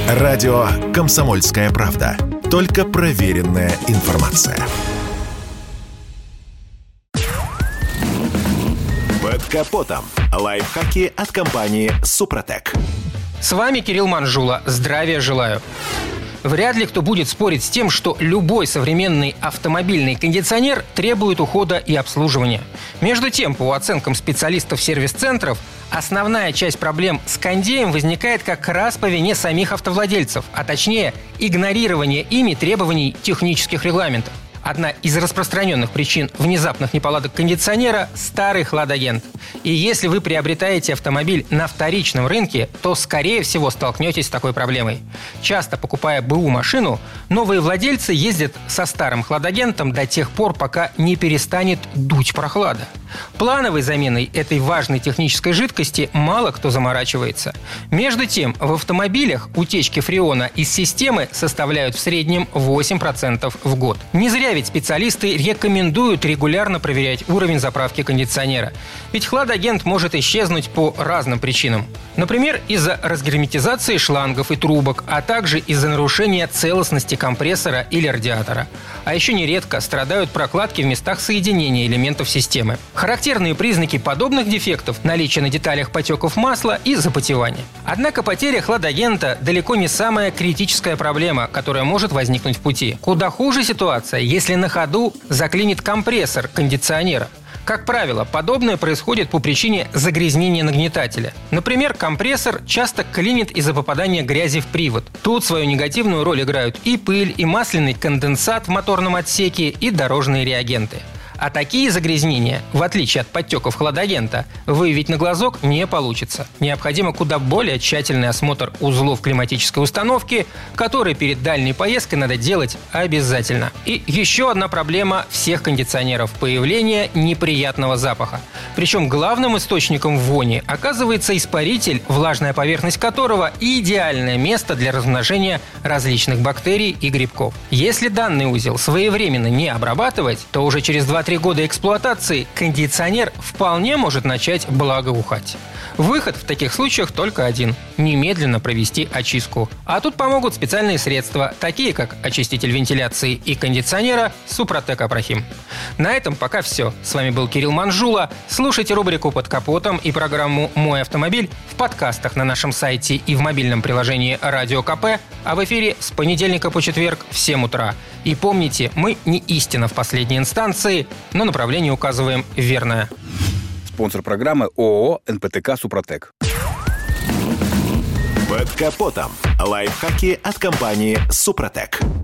Радио «Комсомольская правда». Только проверенная информация. Под капотом. Лайфхаки от компании «Супротек». С вами Кирилл Манжула. Здравия желаю. Вряд ли кто будет спорить с тем, что любой современный автомобильный кондиционер требует ухода и обслуживания. Между тем, по оценкам специалистов сервис-центров, основная часть проблем с кондеем возникает как раз по вине самих автовладельцев, а точнее игнорирование ими требований технических регламентов. Одна из распространенных причин внезапных неполадок кондиционера – старый хладагент. И если вы приобретаете автомобиль на вторичном рынке, то, скорее всего, столкнетесь с такой проблемой. Часто, покупая БУ машину, новые владельцы ездят со старым хладагентом до тех пор, пока не перестанет дуть прохлада. Плановой заменой этой важной технической жидкости мало кто заморачивается. Между тем, в автомобилях утечки фреона из системы составляют в среднем 8% в год. Не зря ведь специалисты рекомендуют регулярно проверять уровень заправки кондиционера. Ведь хладагент может исчезнуть по разным причинам. Например, из-за разгерметизации шлангов и трубок, а также из-за нарушения целостности компрессора или радиатора. А еще нередко страдают прокладки в местах соединения элементов системы. Характерные признаки подобных дефектов – наличие на деталях потеков масла и запотевания. Однако потеря хладагента далеко не самая критическая проблема, которая может возникнуть в пути. Куда хуже ситуация, если на ходу заклинит компрессор кондиционера. Как правило, подобное происходит по причине загрязнения нагнетателя. Например, компрессор часто клинит из-за попадания грязи в привод. Тут свою негативную роль играют и пыль, и масляный конденсат в моторном отсеке, и дорожные реагенты. А такие загрязнения, в отличие от подтеков хладагента, выявить на глазок не получится. Необходимо куда более тщательный осмотр узлов климатической установки, который перед дальней поездкой надо делать обязательно. И еще одна проблема всех кондиционеров – появление неприятного запаха. Причем главным источником вони оказывается испаритель, влажная поверхность которого – идеальное место для размножения различных бактерий и грибков. Если данный узел своевременно не обрабатывать, то уже через 2-3 года эксплуатации кондиционер вполне может начать благоухать. Выход в таких случаях только один – немедленно провести очистку. А тут помогут специальные средства, такие как очиститель вентиляции и кондиционера «Супротек Апрахим». На этом пока все. С вами был Кирилл Манжула. Слушайте рубрику «Под капотом» и программу «Мой автомобиль» в подкастах на нашем сайте и в мобильном приложении «Радио КП», а в эфире с понедельника по четверг в 7 утра. И помните, мы не истина в последней инстанции, но направление указываем верное. Спонсор программы ООО «НПТК Супротек». Под капотом. Лайфхаки от компании «Супротек».